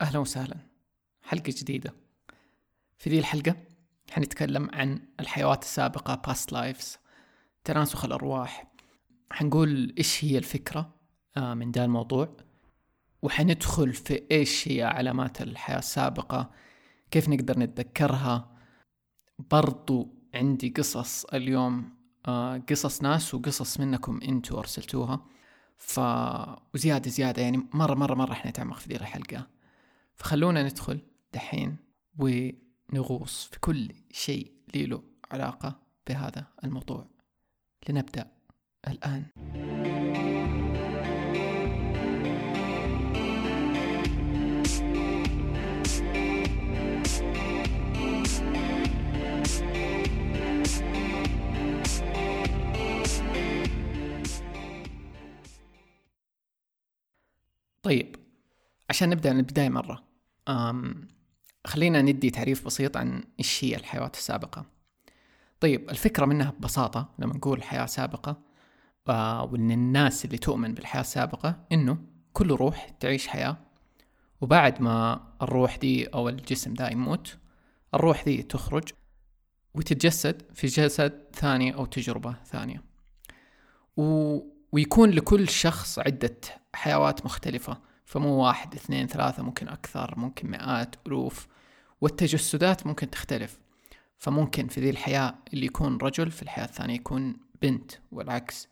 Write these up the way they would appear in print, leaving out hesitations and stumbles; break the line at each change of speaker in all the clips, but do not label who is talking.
أهلا وسهلا. حلقة جديدة. في ذي الحلقة حنتكلم عن الحيوات السابقة past lives، تناسخ الأرواح. حنقول إيش هي الفكرة من دا الموضوع، وحندخل في إيش هي علامات الحياة السابقة، كيف نقدر نتذكرها. برضو عندي قصص اليوم، قصص ناس وقصص منكم انتوا أرسلتوها، وزيادة يعني مرة حنتعمق في ذي الحلقة. فخلونا ندخل دحين ونغوص في كل شيء له علاقة بهذا الموضوع. لنبدأ الآن. طيب، عشان نبدأ من البداية مرة، خلينا ندي تعريف بسيط عن إيش هي الحيوات السابقة. طيب، الفكرة منها ببساطة لما نقول حياة سابقة، وإن الناس اللي تؤمن بالحياة السابقة إنه كل روح تعيش حياة، وبعد ما الروح دي أو الجسم ده يموت، الروح دي تخرج وتتجسد في جسد ثاني أو تجربة ثانية، ويكون لكل شخص عدة حيوات مختلفة، فمو 1 2 3، ممكن أكثر، ممكن مئات ألوف، والتجسدات ممكن تختلف. فممكن في ذي الحياة اللي يكون رجل، في الحياة الثانية يكون بنت، والعكس.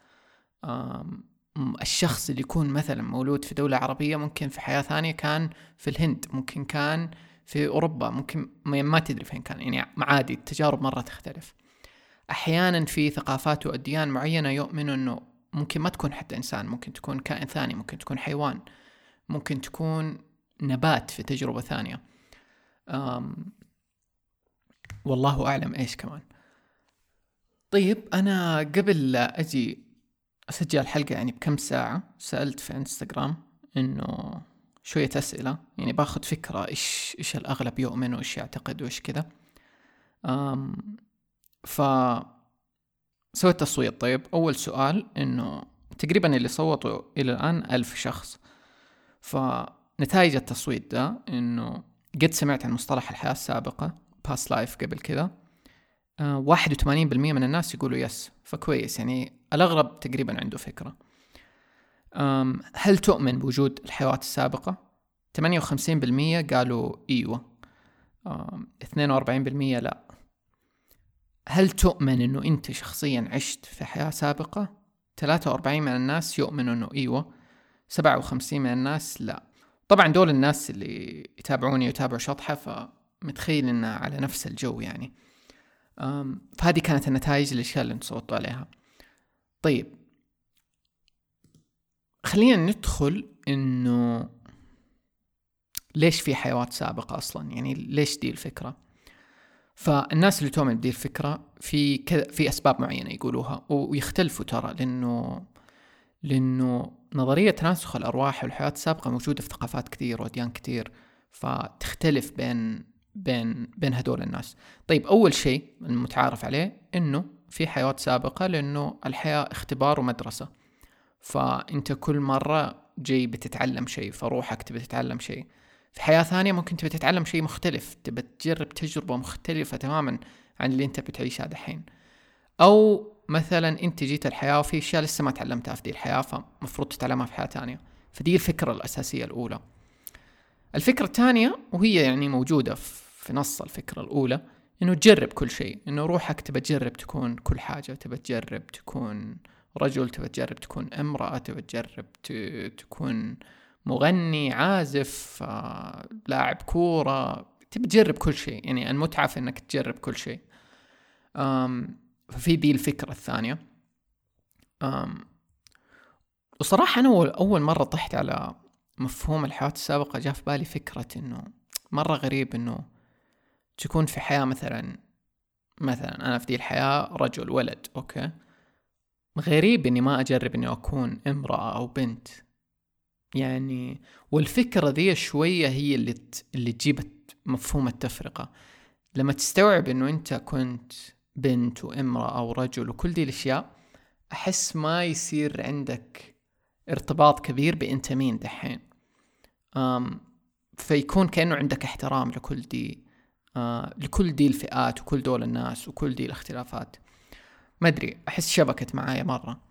الشخص اللي يكون مثلا مولود في دولة عربية ممكن في حياة ثانية كان في الهند، ممكن كان في أوروبا، ممكن ما تدري فين كان، يعني عادي، التجارب مرة تختلف. أحيانا في ثقافات وأديان معينة يؤمنوا أنه ممكن ما تكون حتى إنسان، ممكن تكون كائن ثاني، ممكن تكون حيوان، ممكن تكون نبات في تجربة ثانية. والله أعلم إيش كمان. طيب، أنا قبل لا أجي أسجل الحلقة يعني بكم ساعة سألت في انستغرام إنه شوية أسئلة، يعني باخذ فكرة إيش الأغلب يؤمن وإيش يعتقد وإيش كذا. فسويت تصويت. طيب، أول سؤال إنه تقريبا اللي صوتوا إلى الآن 1000 شخص. فنتائج التصويت ده إنه قد سمعت عن مصطلح الحياة السابقة past life قبل كذا. 81% من الناس يقولوا يس، فكويس، يعني الأغلب تقريبا عنده فكرة. هل تؤمن بوجود الحيوات السابقة؟ 58% قالوا إيوه، 42% لا. هل تؤمن إنه أنت شخصيا عشت في حياة سابقة؟ 43 من الناس يؤمنوا إنه إيوه، 57 من الناس لا. طبعا دول الناس اللي يتابعوني ويتابعوا شطحة، فمتخيل إنه على نفس الجو يعني. فهذه كانت النتائج الأشياء اللي نصوتوا عليها. طيب، خلينا ندخل إنه ليش في حيوات سابقة أصلا، يعني ليش دي الفكرة. فالناس اللي تؤمن بدي الفكرة في أسباب معينة يقولوها، ويختلفوا ترى، لأنه نظرية تناسخ الأرواح والحيوات السابقة موجودة في ثقافات كثير وأديان كثير، فتختلف بين هدول الناس. طيب، أول شيء المتعارف عليه إنه في حيوات سابقة، لأنه الحياة اختبار ومدرسة، فأنت كل مرة جاي بتتعلم شيء، فروحك تبي تتعلم شيء. في حياة ثانية ممكن تبي تتعلم شيء مختلف، تبي تجرب تجربة مختلفة تماما عن اللي انت بتعيشها دحين. أو مثلا انت جيت الحياة وفي أشياء لسه ما تعلمتها في دي الحياة، فمفروض تتعلمها في حياة ثانية. فدي الفكرة الأساسية الأولى. الفكرة الثانية، وهي يعني موجودة في نص الفكرة الأولى، إنه تجرب كل شيء، إنه روحك تبى تجرب تكون كل حاجة، تبى تجرب تكون رجل، تبى تجرب تكون امرأة، تبى تجرب تكون مغني، عازف، لاعب كورة، تبى تجرب كل شيء، يعني المتعة في إنك تجرب كل شيء. ففي دي الفكرة الثانية. وصراحة أنا أول مرة طحت على مفهوم الحياة السابقة جاء في بالي فكرة إنه مرة غريب إنه تكون في حياة مثلا أنا في دي الحياة رجل ولد، أوكي، غريب إني ما أجرب إني أكون امرأة أو بنت يعني. والفكرة ذي شوية هي اللي تجيب مفهوم التفرقة. لما تستوعب إنه أنت كنت بنت وامرأة أو رجل وكل دي الأشياء، أحس ما يصير عندك ارتباط كبير بأنت مين دحين. فيكون كأنه عندك احترام لكل دي الفئات وكل دول الناس وكل دي الاختلافات. ما أدري، أحس شبكت معايا مرة.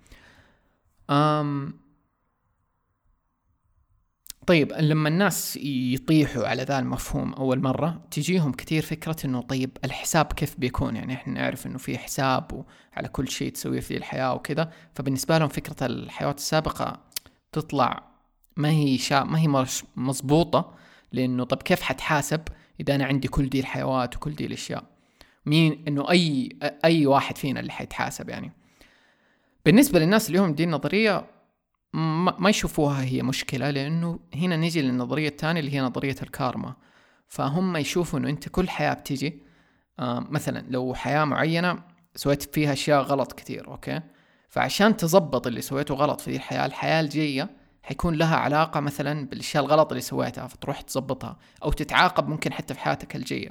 طيب لما الناس يطيحوا على ذا المفهوم أول مرة تجيهم كتير فكرة إنه طيب الحساب كيف بيكون؟ يعني إحنا نعرف إنه في حساب وعلى كل شيء تسويه في الحياة وكذا، فبالنسبة لهم فكرة الحياة السابقة تطلع ما هي مضبوطة، لأنه طب كيف حتحاسب إذا أنا عندي كل دي الحيوات وكل دي الأشياء؟ مين إنه أي واحد فينا اللي حيتحاسب يعني؟ بالنسبة للناس اللي هم دي النظرية ما يشوفوها هي مشكلة، لأنه هنا نجي للنظرية الثانية اللي هي نظرية الكارما. فهم يشوفوا أنه أنت كل حياة بتيجي مثلا لو حياة معينة سويت فيها أشياء غلط كتير، أوكي، فعشان تزبط اللي سويته غلط في الحياة الجاية حيكون لها علاقة مثلا بالأشياء الغلط اللي سويتها، فتروح تزبطها أو تتعاقب ممكن حتى في حياتك الجاية.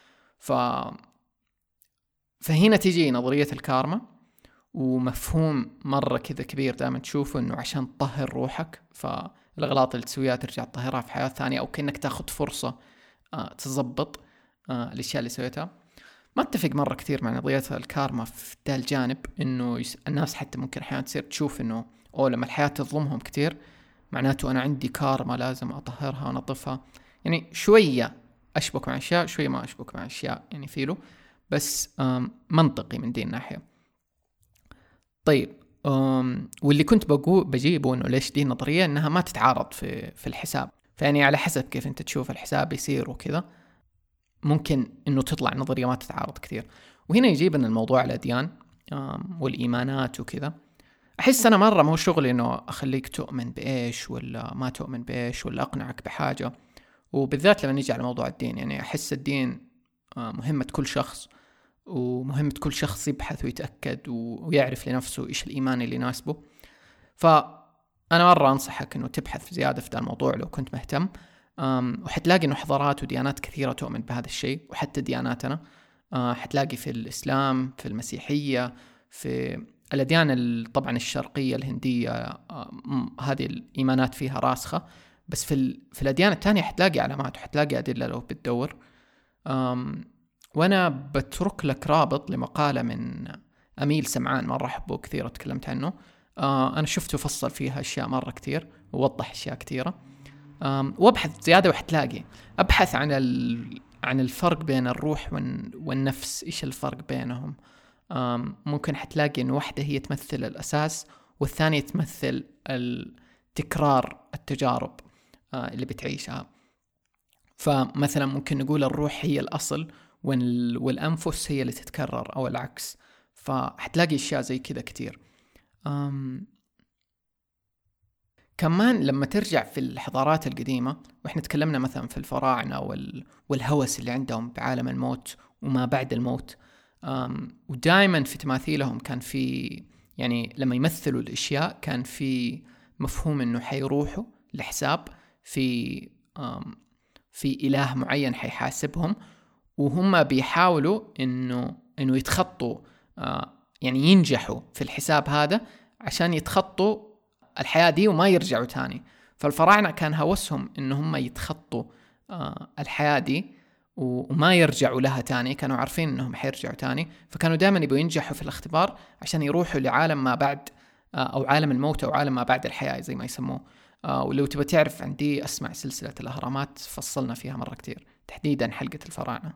فهنا تيجي نظرية الكارما، ومفهوم مرة كذا كبير دائما تشوفه انه عشان تطهر روحك، فالأغلاط اللي تسويها ترجع تطهرها في حياة ثانية، او كأنك تاخد فرصة تزبط الاشياء اللي سويتها. ما اتفق مرة كثير مع نظرية الكارما في ده الجانب، انه الناس حتى ممكن احيانا تصير تشوف انه لما الحياة تظلمهم كثير معناته انا عندي كارما لازم اطهرها وانظفها. يعني شوية اشبك مع اشياء، شوية ما اشبك مع اشياء، يعني فيلو بس منطقي من دي الناحية. طيب واللي كنت بجيبه انه ليش دي النظرية انها ما تتعارض في الحساب، فيعني على حسب كيف انت تشوف الحساب يصير وكذا ممكن انه تطلع نظرية ما تتعارض كثير. وهنا يجيبنا الموضوع الأديان والإيمانات وكذا. أحس أنا مرة مو شغلي إنه أخليك تؤمن بإيش ولا ما تؤمن بإيش ولا أقنعك بحاجة، وبالذات لما نيجي على موضوع الدين. يعني أحس الدين مهمة كل شخص، ومهمة كل شخص يبحث ويتأكد ويعرف لنفسه إيش الإيمان اللي يناسبه. فأنا مرة أنصحك إنه تبحث زيادة في هذا الموضوع لو كنت مهتم، وحتلاقي إنه حضارات وديانات كثيرة تؤمن بهذا الشيء، وحتى دياناتنا حتلاقي في الإسلام، في المسيحية، في الأديان طبعا الشرقية الهندية هذه الإيمانات فيها راسخة، بس في الأديان الثانية حتلاقي علامات وحتلاقي أدلة لو بتدور. وأنا بترك لك رابط لمقالة من أميل سمعان مرة أحبه كثير، تكلمت عنه. أنا شفته فصل فيها أشياء مرة كثير ووضح أشياء كثيرة. وابحث زيادة وحتلاقي. أبحث عن الفرق بين الروح والنفس، إيش الفرق بينهم. ممكن حتلاقي إن واحدة هي تمثل الأساس والثانية تمثل تكرار التجارب اللي بتعيشها. فمثلا ممكن نقول الروح هي الأصل والأنفس هي اللي تتكرر أو العكس. فحتلاقي أشياء زي كذا كتير. كمان لما ترجع في الحضارات القديمة، وإحنا تكلمنا مثلا في الفراعنة والهوس اللي عندهم بعالم الموت وما بعد الموت، ودائما في تماثيلهم كان في، يعني لما يمثلوا الأشياء كان في مفهوم إنه حيروحوا لحساب في إله معين حيحاسبهم، وهم بيحاولوا إنه يتخطوا يعني ينجحوا في الحساب هذا عشان يتخطوا الحياة دي وما يرجعوا تاني. فالفراعنة كان هوسهم إنهم يتخطوا الحياة دي وما يرجعوا لها تاني، كانوا عارفين إنهم حيرجعوا تاني، فكانوا دائما يبقوا ينجحوا في الاختبار عشان يروحوا لعالم ما بعد، أو عالم الموت أو عالم ما بعد الحياة زي ما يسموه. ولو تبى تعرف عندي أسمع سلسلة الأهرامات فصلنا فيها مرة كتير، تحديدا حلقة الفراعنة.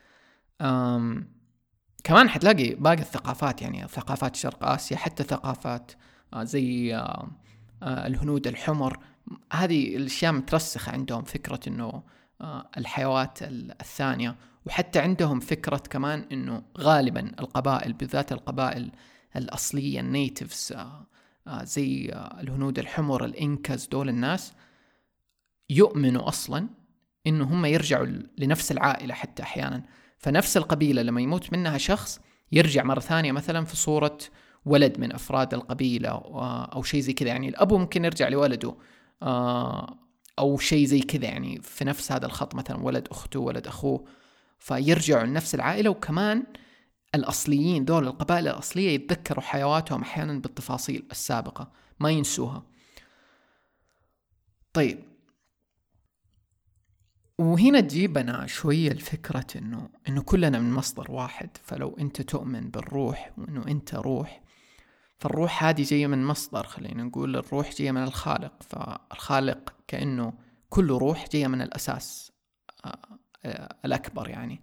كمان حتلاقي باقي الثقافات، يعني ثقافات شرق آسيا، حتى ثقافات زي الهنود الحمر، هذه الأشياء مترسخة عندهم فكرة إنه الحيوات الثانية. وحتى عندهم فكرة كمان إنه غالبا القبائل، بالذات القبائل الأصلية النيتيفز زي الهنود الحمر الإنكاز، دول الناس يؤمنوا أصلا إنه هم يرجعوا لنفس العائلة حتى أحيانا. فنفس القبيلة لما يموت منها شخص يرجع مرة ثانية مثلا في صورة ولد من أفراد القبيلة أو شيء زي كذا. يعني الأب ممكن يرجع لولده أو شيء زي كذا، يعني في نفس هذا الخط، مثلا ولد أخته ولد أخوه، فيرجعوا لنفس العائلة. وكمان الأصليين دول القبائل الأصلية يتذكروا حيواتهم أحيانا بالتفاصيل السابقة، ما ينسوها. طيب وهنا تجيبنا شوية الفكرة إنه كلنا من مصدر واحد. فلو أنت تؤمن بالروح وإنه أنت روح، فالروح هذه جاية من مصدر، خلينا نقول الروح جاية من الخالق، فالخالق كأنه كل روح جاية من الأساس الأكبر يعني.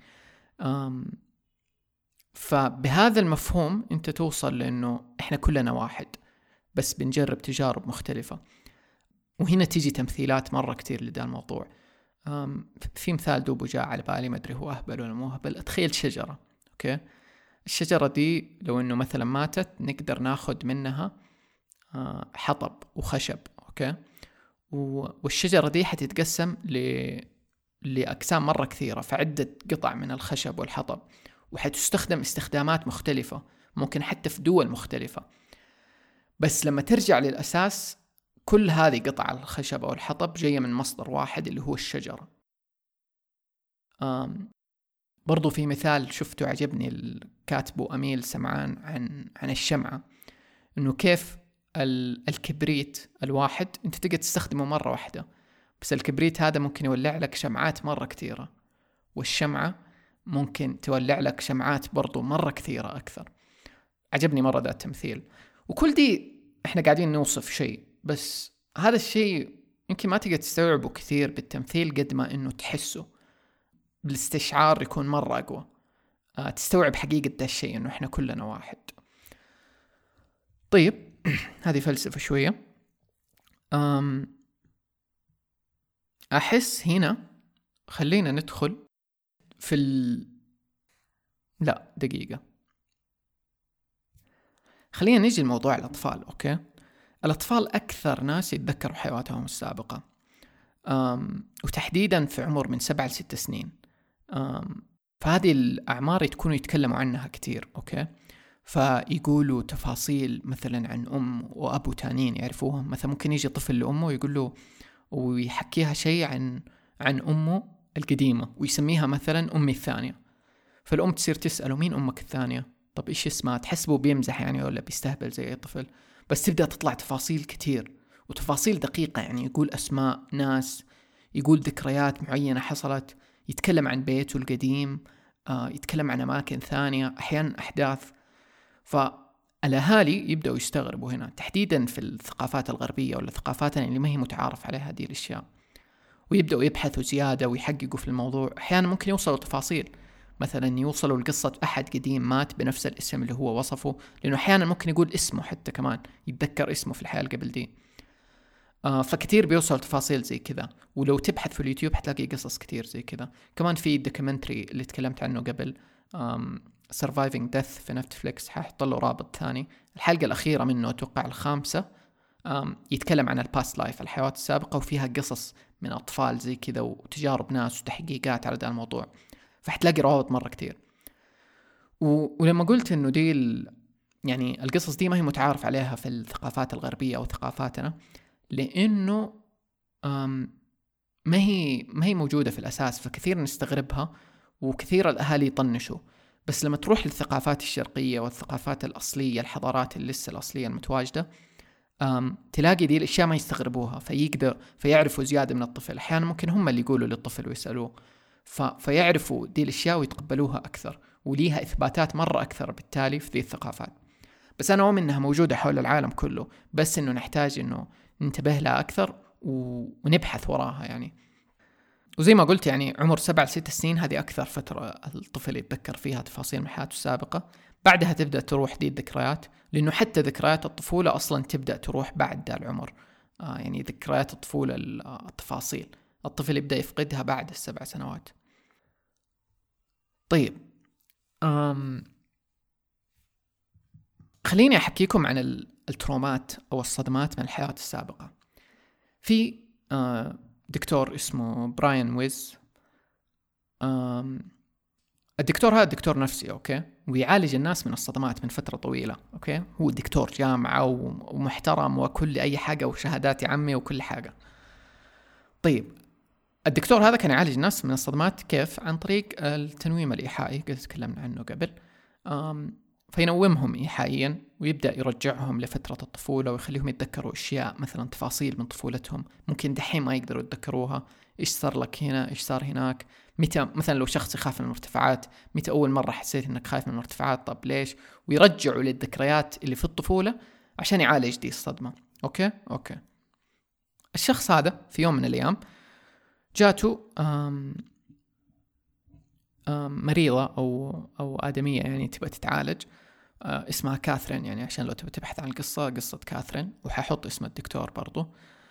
فبهذا المفهوم أنت توصل لأنه إحنا كلنا واحد، بس بنجرب تجارب مختلفة. وهنا تيجي تمثيلات مرة كتير لدا الموضوع. في مثال دوبه جاء على بالي، ما أدري هو أهبل ولا مو أهبل. أتخيل شجرة، أوكي؟ الشجرة دي لو إنه مثلا ماتت نقدر ناخد منها حطب وخشب، أوكي؟ والشجرة دي حتتقسم لأقسام مرة كثيرة، فعدة قطع من الخشب والحطب، وحتستخدم استخدامات مختلفة، ممكن حتى في دول مختلفة. بس لما ترجع للأساس كل هذه قطع الخشب أو الحطب جاية من مصدر واحد اللي هو الشجرة. برضو في مثال شفته عجبني، الكاتبه أميل سمعان عن الشمعة، إنه كيف الكبريت الواحد أنت تقدر تستخدمه مرة واحدة، بس الكبريت هذا ممكن يولع لك شمعات مرة كثيرة، والشمعة ممكن تولع لك شمعات برضو مرة كثيرة أكثر. عجبني مرة ذا التمثيل. وكل دي إحنا قاعدين نوصف شيء، بس هذا الشيء يمكن ما تقدر تستوعبه كثير بالتمثيل قد ما إنه تحسه بالاستشعار يكون مرة أقوى. تستوعب حقيقة ده الشيء، إنه إحنا كلنا واحد. طيب هذه فلسفة شوية. أحس هنا خلينا ندخل في لا دقيقة، خلينا نيجي لموضوع الأطفال. أوكي، الأطفال أكثر ناس يتذكروا حياتهم السابقة، وتحديدا في عمر من 7 ل6 سنين. فهذه الأعمار تكونوا يتكلموا عنها كتير. أوكي، فيقولوا تفاصيل مثلا عن أم وأبو تانين يعرفوهم. مثلا ممكن يجي طفل لأمه ويقول له ويحكيها شيء عن أمه القديمة ويسميها مثلا أمي الثانية، فالأم تصير تسأله مين أمك الثانية؟ طب إيش اسمها؟ تحسبه بيمزح يعني ولا بيستهبل زي أي طفل، بس تبدأ تطلع تفاصيل كتير وتفاصيل دقيقة. يعني يقول أسماء ناس، يقول ذكريات معينة حصلت، يتكلم عن بيته القديم، يتكلم عن أماكن ثانية، أحيانا أحداث. فالأهالي يبدأوا يستغربوا هنا، تحديدا في الثقافات الغربية ولا ثقافاتنا اللي ما هي متعارف عليها هذه الأشياء، ويبدأوا يبحثوا زيادة ويحققوا في الموضوع. أحيانا ممكن يوصلوا تفاصيل، مثلا يوصلوا لقصة أحد قديم مات بنفس الاسم اللي هو وصفه، لأنه أحيانا ممكن يقول اسمه حتى كمان، يتذكر اسمه في الحياة قبل دي. فكتير بيوصل تفاصيل زي كذا. ولو تبحث في اليوتيوب حتلاقي قصص كتير زي كذا. كمان في الدوكيومنتري اللي تكلمت عنه قبل، Surviving Death في نتفليكس، حاحط له رابط ثاني. الحلقة الأخيرة منه أتوقع الخامسة، يتكلم عن الباست لايف، الحياة السابقة، وفيها قصص من أطفال زي كذا وتجارب ناس وتحقيقات على ده الموضوع. فحتلاقي روابط مرة كتير. ولما قلت إنه دي يعني القصص دي ما هي متعارف عليها في الثقافات الغربية أو ثقافاتنا، لأنه ما هي موجودة في الأساس، فكثير نستغربها وكثير الأهالي يطنشوا. بس لما تروح للثقافات الشرقية والثقافات الأصلية، الحضارات اللي لسه الأصلية المتواجدة، تلاقي دي الأشياء ما يستغربوها، فيعرفوا زيادة من الطفل. أحيانا ممكن هم اللي يقولوا للطفل ويسألوه، فيعرفوا دي الأشياء ويتقبلوها أكثر، وليها إثباتات مرة أكثر بالتالي في ذي الثقافات. بس أنا أؤمن أنها موجودة حول العالم كله، بس أنه نحتاج أنه ننتبه لها أكثر ونبحث وراها يعني. وزي ما قلت يعني عمر 7 ل 6 سنين هذه أكثر فترة الطفل يتذكر فيها تفاصيل من حياته السابقة. بعدها تبدأ تروح دي الذكريات، لأنه حتى ذكريات الطفولة أصلا تبدأ تروح بعد دا العمر. يعني ذكريات الطفولة، التفاصيل الطفل يبدأ يفقدها بعد 7 سنوات. طيب خليني أحكيكم عن الترومات أو الصدمات من الحياة السابقة. في دكتور اسمه براين ويز. الدكتور هذا دكتور نفسي، أوكي، ويعالج الناس من الصدمات من فترة طويلة. أوكي، هو دكتور جامعة ومحترم وكل أي حاجة وشهادات عمي وكل حاجة. طيب الدكتور هذا كان يعالج الناس من الصدمات كيف؟ عن طريق التنويم الإيحائي، قد تكلمنا عنه قبل. فينومهم إيحائيا ويبدأ يرجعهم لفترة الطفولة ويخليهم يتذكروا أشياء مثلا تفاصيل من طفولتهم ممكن دحين ما يقدروا يتذكروها. إيش صار لك هنا، إيش صار هناك، متى مثلا لو شخص يخاف من المرتفعات، متى أول مرة حسيت إنك خايف من المرتفعات، طب ليش، ويرجعوا للذكريات اللي في الطفولة عشان يعالج دي الصدمة. أوكي. الشخص هذا في يوم من الأيام جاته مريضة أو آدمية يعني تبغى تتعالج، اسمها كاثرين، يعني عشان لو تبغى تبحث عن قصة كاثرين، وححط اسم الدكتور برضو.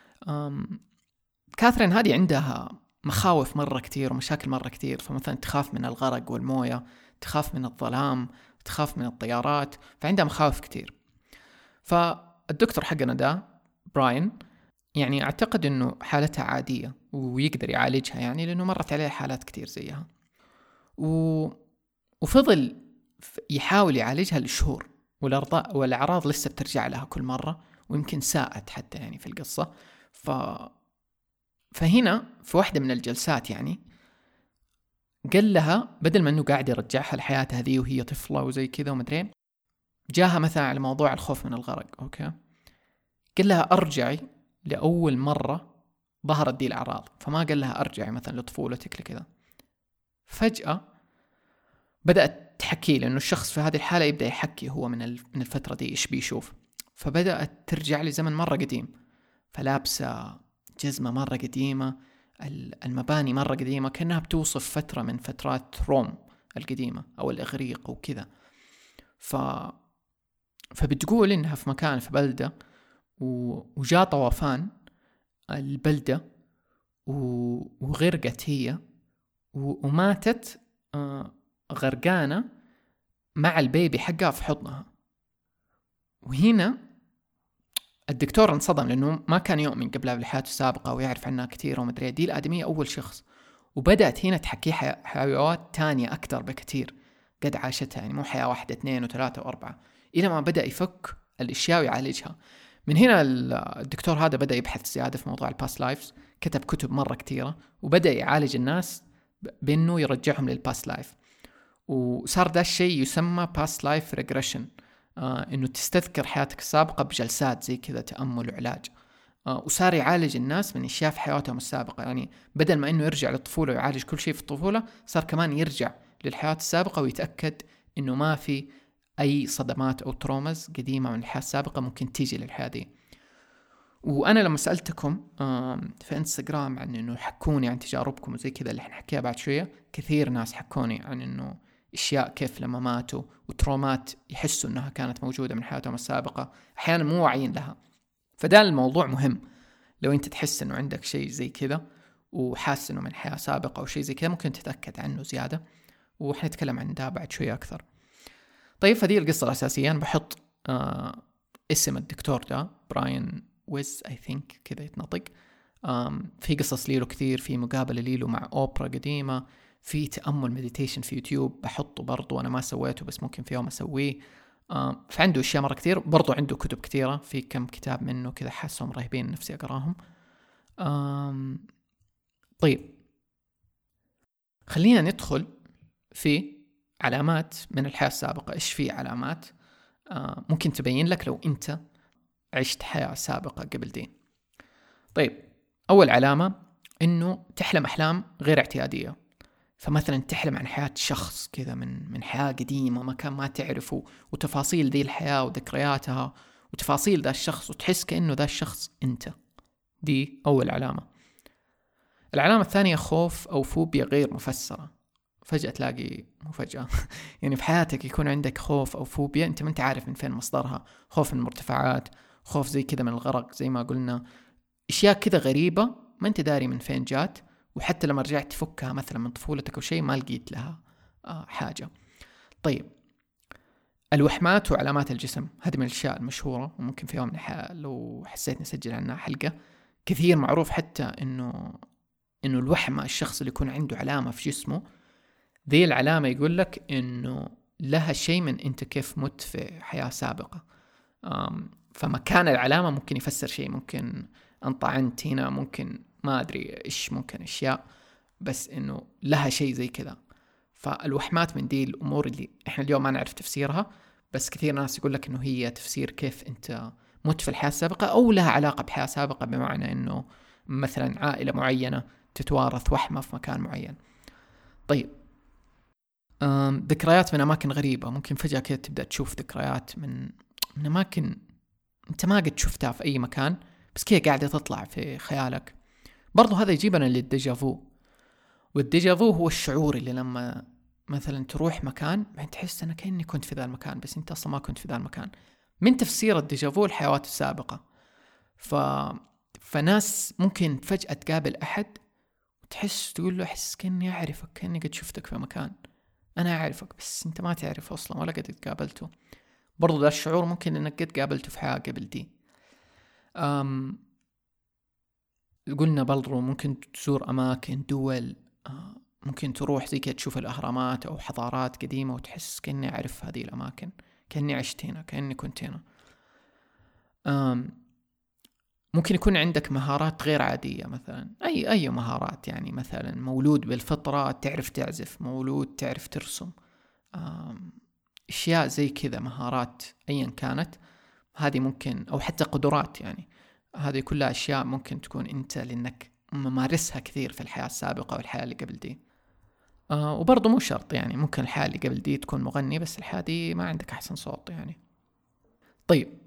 كاثرين هذه عندها مخاوف مرة كتير ومشاكل مرة كتير، فمثلا تخاف من الغرق والموية، تخاف من الظلام، تخاف من الطيارات، فعندها مخاوف كتير. فالدكتور حقنا ده براين يعني اعتقد انه حالتها عادية ويقدر يعالجها، يعني لانه مرت عليها حالات كتير زيها، وفضل يحاول يعالجها لشهور، والأعراض لسه بترجع لها كل مرة، ويمكن ساءت حتى يعني في القصة. فهنا في واحدة من الجلسات يعني قال لها بدل ما انه قاعد يرجعها لحياتها ذي وهي طفلة وزي كذا ومدري، جاها مثلا على موضوع الخوف من الغرق. اوكي، قال لها ارجعي لأول مرة ظهرت دي الأعراض، فما قال لها ارجعي مثلا لطفولتك لكذا. فجأة بدأت تحكي، لأنه الشخص في هذه الحالة يبدأ يحكي هو من الفترة دي إيش بيشوف. فبدأت ترجع لزمن مرة قديم، فلابسة جزمة مرة قديمة، المباني مرة قديمة، كأنها بتوصف فترة من فترات روم القديمة أو الإغريق وكذا. فبتقول إنها في مكان في بلدة، وجاء طوفان البلدة وغرقت هي وماتت غرقانة مع البيبي حقها في حضنها. وهنا الدكتور انصدم، لأنه ما كان يؤمن قبلها بالحياة السابقة ويعرف عنها كثير ومدري. دي الآدمية أول شخص، وبدأت هنا تحكي حيوات تانية أكتر بكثير قد عاشتها، يعني مو حياة واحدة 2 و3 و4، إلى ما بدأ يفك الأشياء ويعالجها. من هنا الدكتور هذا بدأ يبحث زيادة في موضوع الباست لايفز، كتب كتب مرة كثيرة، وبدأ يعالج الناس بأنه يرجعهم للباست لايف. وصار ده الشيء يسمى past life regression، إنه تستذكر حياتك السابقة بجلسات زي كذا تأمل وعلاج. وصار يعالج الناس من أشياء في حياتهم السابقة، يعني بدل ما إنه يرجع للطفولة ويعالج كل شيء في الطفولة، صار كمان يرجع للحياة السابقة ويتأكد إنه ما في أي صدمات أو ترومز قديمة من الحياة السابقة ممكن تيجي للحياة دي. وأنا لما سألتكم في إنستغرام عن إنه حكوني عن تجاربكم وزي كذا اللي حنحكيها بعد شوية، كثير ناس حكوني عن إنه أشياء كيف لما ماتوا وترومات يحسوا إنها كانت موجودة من حياتهم السابقة، أحيانا مو واعيين لها. فده الموضوع مهم، لو أنت تحس إنه عندك شيء زي كذا وحاس إنه من حياة سابقة أو شيء زي كذا، ممكن تتأكد عنه زيادة، وحنتكلم عن ده بعد شوية أكثر. طيب، فدي القصة الأساسية. أنا بحط اسم الدكتور ده براين ويز I think كذا يتنطق. في قصص ليلو كثير، في مقابلة ليلو مع أوبرا قديمة، في تأمل مديتيشن في يوتيوب بحطه برضو، أنا ما سويته بس ممكن في يوم أسويه. فعنده أشياء مرة كثير، برضو عنده كتب كثيرة، في كم كتاب منه كذا حاسهم رهيبين نفسي أقراهم. طيب، خلينا ندخل في علامات من الحياة السابقة. إيش في علامات ممكن تبين لك لو أنت عشت حياة سابقة قبل دي؟ طيب، أول علامة إنه تحلم أحلام غير اعتيادية. فمثلا تحلم عن حياة شخص كذا من حياة قديمة مكان ما تعرفه، وتفاصيل ذي الحياة وذكرياتها وتفاصيل ذا الشخص، وتحس كأنه ذا الشخص أنت. دي أول علامة. العلامة الثانية خوف أو فوبيا غير مفسرة. فجأة تلاقي مفاجأة يعني في حياتك يكون عندك خوف أو فوبيا أنت ما أنت عارف من فين مصدرها. خوف من المرتفعات، خوف زي كذا من الغرق زي ما قلنا، أشياء كذا غريبة ما أنت داري من فين جات، وحتى لما رجعت تفكها مثلا من طفولتك أو شيء ما لقيت لها حاجة. طيب، الوحمات وعلامات الجسم، هذه من الأشياء المشهورة، وممكن في يوم لو حسيت نسجل عنها حلقة. كثير معروف حتى إنه الوحمة، الشخص اللي يكون عنده علامة في جسمه، ذي العلامة يقول لك إنه لها شيء من أنت كيف مت في حياة سابقة. فمكان العلامة ممكن يفسر شيء، ممكن انطعنت هنا، ممكن ما أدري إيش، ممكن أشياء، بس إنه لها شيء زي كذا. فالوحمات من دي الأمور اللي إحنا اليوم ما نعرف تفسيرها، بس كثير ناس يقول لك إنه هي تفسير كيف أنت مت في الحياة السابقة، أو لها علاقة بحياة سابقة، بمعنى إنه مثلا عائلة معينة تتوارث وحمة في مكان معين. طيب ذكريات من أماكن غريبة، ممكن فجأة كده تبدأ تشوف ذكريات من أماكن أنت ما قد شفتها في أي مكان، بس كده قاعدة تطلع في خيالك. برضو هذا يجيبنا للديجافو. والديجافو هو الشعور اللي لما مثلا تروح مكان بعدين تحس أنا كأني كنت في ذا المكان، بس أنت أصلا ما كنت في ذا المكان. من تفسير الديجافو الحيوات السابقة. فناس ممكن فجأة تقابل أحد وتحس تقول له أحس كأني أعرفك، كأني قد شفتك في مكان، أنا أعرفك بس أنت ما تعرف أصلا ولا قد تقابلته. برضو ده الشعور ممكن أنك قد قابلته في حياة قبل دي. قلنا برضو ممكن تزور أماكن دول، ممكن تروح زي كده تشوف الأهرامات أو حضارات قديمة وتحس كأني أعرف هذه الأماكن، كأني عشت هنا، كأني كنت هنا. ممكن يكون عندك مهارات غير عادية، مثلا أي مهارات، يعني مثلا مولود بالفطرة تعرف تعزف، مولود تعرف ترسم، أشياء زي كذا، مهارات أيا كانت هذه ممكن، أو حتى قدرات، يعني هذه كلها أشياء ممكن تكون أنت لأنك ممارسها كثير في الحياة السابقة والحياة اللي قبل دي. وبرضه مو شرط، يعني ممكن الحياة اللي قبل دي تكون مغني بس الحياة دي ما عندك أحسن صوت يعني. طيب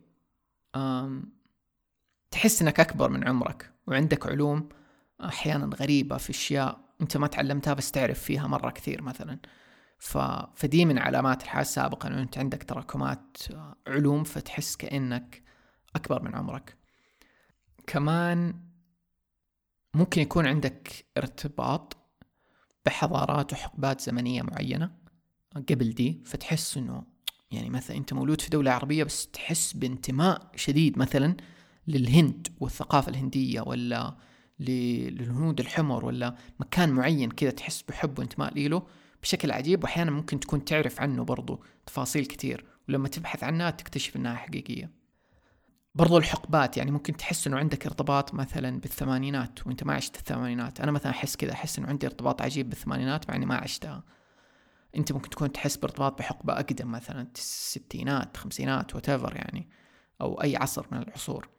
تحس أنك أكبر من عمرك وعندك علوم أحيانا غريبة في أشياء أنت ما تعلمتها بس تعرف فيها مرة كثير مثلا. فدي من علامات الحياة السابقة أنه أنت عندك تراكمات علوم، فتحس كأنك أكبر من عمرك. كمان ممكن يكون عندك ارتباط بحضارات وحقبات زمنية معينة قبل دي، فتحس أنه يعني مثلا أنت مولود في دولة عربية بس تحس بانتماء شديد مثلا للهند والثقافة الهندية، ولا للهنود الحمر، ولا مكان معين كذا تحس بحب وانتماء له بشكل عجيب. وأحيانا ممكن تكون تعرف عنه برضو تفاصيل كتير، ولما تبحث عنها تكتشف أنها حقيقية. برضو الحقبات، يعني ممكن تحس أنه عندك ارتباط مثلا بالثمانينات وانت ما عشت الثمانينات. أنا مثلا أحس كذا، أحس أنه عندي ارتباط عجيب بالثمانينات مع أني ما عشتها. انت ممكن تكون تحس بارتباط بحقبة أقدم، مثلا الستينات، خمسينات، whatever يعني، أو أي عصر من العصور.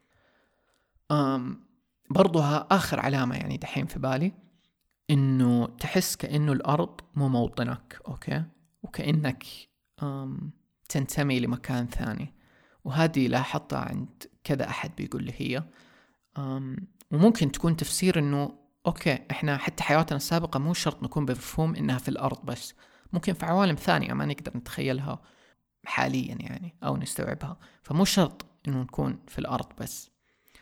برضو آخر علامة يعني دحين في بالي، إنه تحس كأنه الأرض مو موطنك، أوكي، وكأنك تنتمي لمكان ثاني. وهذه لاحظتها عند كذا أحد بيقول لي هي. وممكن تكون تفسير إنه أوكي إحنا حتى حياتنا السابقة مو شرط نكون بمفهوم إنها في الأرض بس، ممكن في عوالم ثانية ما نقدر نتخيلها حاليا يعني أو نستوعبها، فمو شرط إنه نكون في الأرض بس.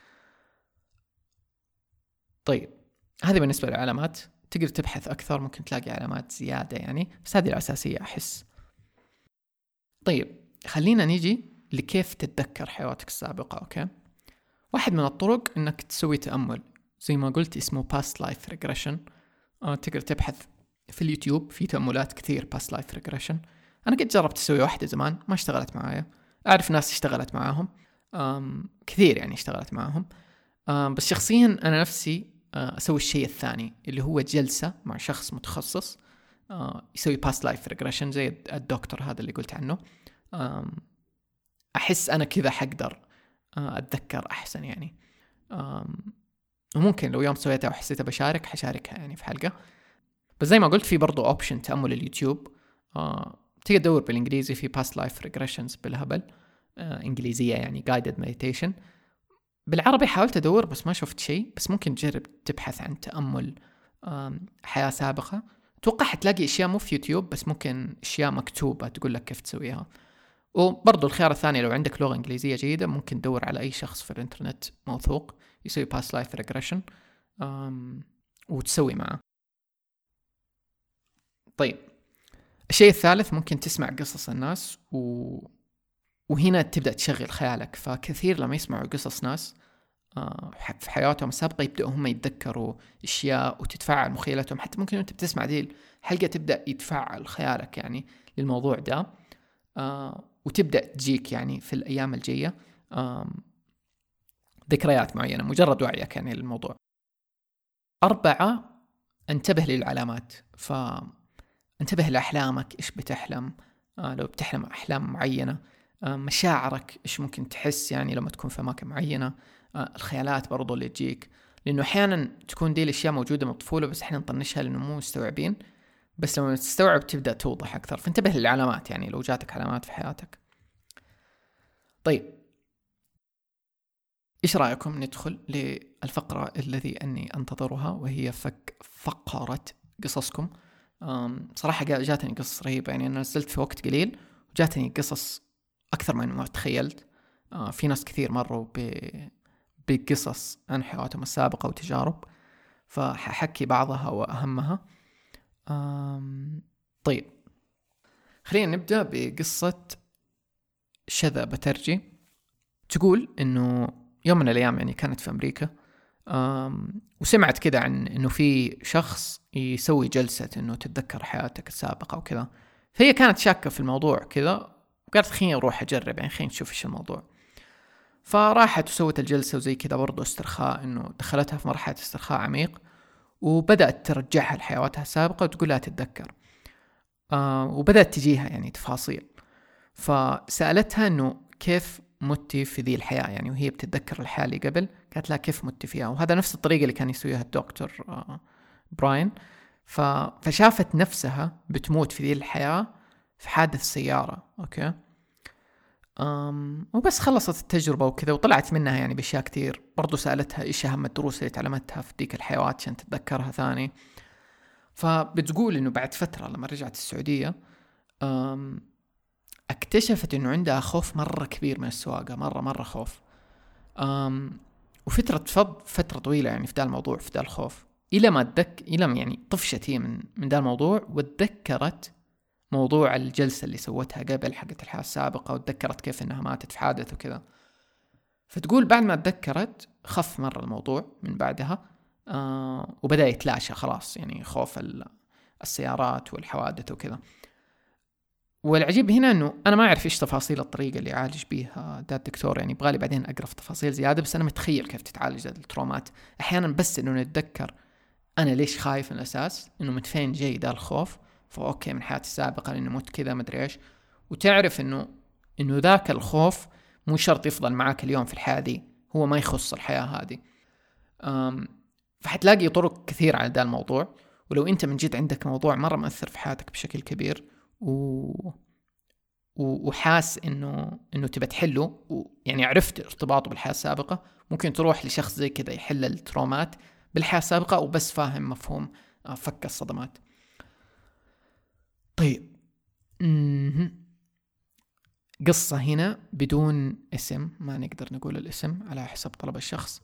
طيب هذه بالنسبة للعلامات. تقدر تبحث أكثر، ممكن تلاقي علامات زيادة يعني، بس هذه الأساسية أحس. طيب خلينا نيجي لكيف تتذكر حياتك السابقة. أوكي، واحد من الطرق إنك تسوي تأمل، زي ما قلت اسمه past life regression. تقدر تبحث في اليوتيوب في تأملات كثير past life regression. أنا قد جربت أسوي واحدة زمان ما اشتغلت معايا، أعرف ناس اشتغلت معاهم كثير يعني اشتغلت معاهم، بس شخصيا أنا نفسي أسوي الشيء الثاني اللي هو جلسة مع شخص متخصص يسوي past life regression زي الدكتور هذا اللي قلت عنه. أحس أنا كذا حقدر أتذكر أحسن يعني. وممكن لو يوم سويتها وحسيتها بشارك حشاركها يعني في حلقة. بس زي ما قلت في برضو أوبشن تأمل اليوتيوب، تيجي تدور بالإنجليزي في past life regressions بالهبل، إنجليزية يعني guided meditation. بالعربي حاولت أدور بس ما شفت شيء، بس ممكن تجرب تبحث عن تأمل حياة سابقة. توقع حتلاقي أشياء مو في يوتيوب بس ممكن أشياء مكتوبة تقول لك كيف تسويها. وبرضو الخيار الثاني لو عندك لغة إنجليزية جيدة ممكن تدور على أي شخص في الإنترنت موثوق يسوي past life regression وتسوي معه. طيب الشيء الثالث ممكن تسمع قصص الناس وهنا تبدأ تشغل خيالك. فكثير لما يسمعوا قصص ناس في حياتهم السابقة يبدأوا هم يتذكروا أشياء وتتفاعل مخيلتهم. حتى ممكن أنت بتسمع دي الحلقة تبدأ يتفاعل خيالك يعني للموضوع ده، وتبدأ تجيك يعني في الأيام الجاية ذكريات معينة مجرد وعيك يعني للموضوع. 4 انتبه للعلامات. فانتبه لأحلامك، إيش بتحلم، لو بتحلم أحلام معينة، مشاعرك إيش ممكن تحس يعني لما تكون في أماكن معينة، الخيالات برضو اللي تجيك، لأنه أحيانا تكون دي الأشياء موجودة من الطفولة بس إحنا نطنشها لأنه مو مستوعبين، بس لما تستوعب تبدأ توضح أكثر. فانتبه للعلامات، يعني لو جاتك علامات في حياتك. طيب، إيش رأيكم ندخل للفقرة الذي أني أنتظرها، وهي فقرة قصصكم. صراحة جاتني قصص رهيبة، يعني أنا نزلت في وقت قليل وجاتني قصص أكثر من ما تخيلت. في ناس كثير مروا بقصص عن حياتهم السابقة وتجارب، فحكي بعضها وأهمها. طيب، خلينا نبدأ بقصة شذا بترجي. تقول إنه يوم من الأيام يعني كانت في أمريكا، وسمعت كذا عن إنه في شخص يسوي جلسة إنه تتذكر حياتك السابقة وكذا. فهي كانت شاكة في الموضوع كذا، وقالت خليني أروح أجرب، يعني خليني نشوف إيش الموضوع. فراحت وسوت الجلسة وزي كذا، برضو استرخاء، إنه دخلتها في مرحلة استرخاء عميق، وبدأت ترجعها لحياتها السابقة وتقول لها تتذكر. وبدأت تجيها يعني تفاصيل. فسألتها إنه كيف متي في ذي الحياة، يعني وهي بتتذكر الحياة اللي قبل، قالت لها كيف متي فيها. وهذا نفس الطريقة اللي كان يسويها الدكتور براين. فشافت نفسها بتموت في ذي الحياة في حادث سيارة. أوكي. وبس خلصت التجربة وكذا وطلعت منها يعني بأشياء كتير. برضو سألتها إيش أهم الدروس اللي تعلمتها في ديك الحيوات عشان تتذكرها ثاني. فبتقول إنه بعد فترة لما رجعت السعودية اكتشفت إنه عندها خوف مرة كبير من السواقة، مرة خوف. فترة طويلة يعني في ذا الموضوع، في ذا الخوف، إلى يعني طفشت هي من ذا الموضوع، وتذكرت موضوع الجلسة اللي سوتها قبل حقت الحياة السابقة، وتذكرت كيف إنها ماتت في حادث وكذا. فتقول بعد ما تذكرت خف مرة الموضوع من بعدها، وبدأ يتلاشى خلاص، يعني خوف السيارات والحوادث وكذا. والعجيب هنا انه انا ما اعرف ايش تفاصيل الطريقه اللي يعالج بيها ده الدكتور، يعني يبغالي بعدين اقرا في تفاصيل زياده، بس انا متخيل كيف تتعالج الترومات. احيانا بس انه نتذكر انا ليش خايف من الاساس، انه من فين جاي ده الخوف، فاوكي من حياتي السابقه لانه مت كذا مدري ايش، وتعرف انه ذاك الخوف مو شرط يفضل معاك اليوم في الحياه دي، هو ما يخص الحياه هذه. فحتلاقي طرق كثير على ده الموضوع. ولو انت من جد عندك موضوع مره مؤثر في حياتك بشكل كبير وحاس انه تبى تحله، ويعني عرفت ارتباطه بالحياة السابقة، ممكن تروح لشخص زي كذا يحل الترومات بالحياة السابقة، او بس فاهم مفهوم فك الصدمات. طيب، قصة هنا بدون اسم، ما نقدر نقول الاسم على حسب طلب الشخص.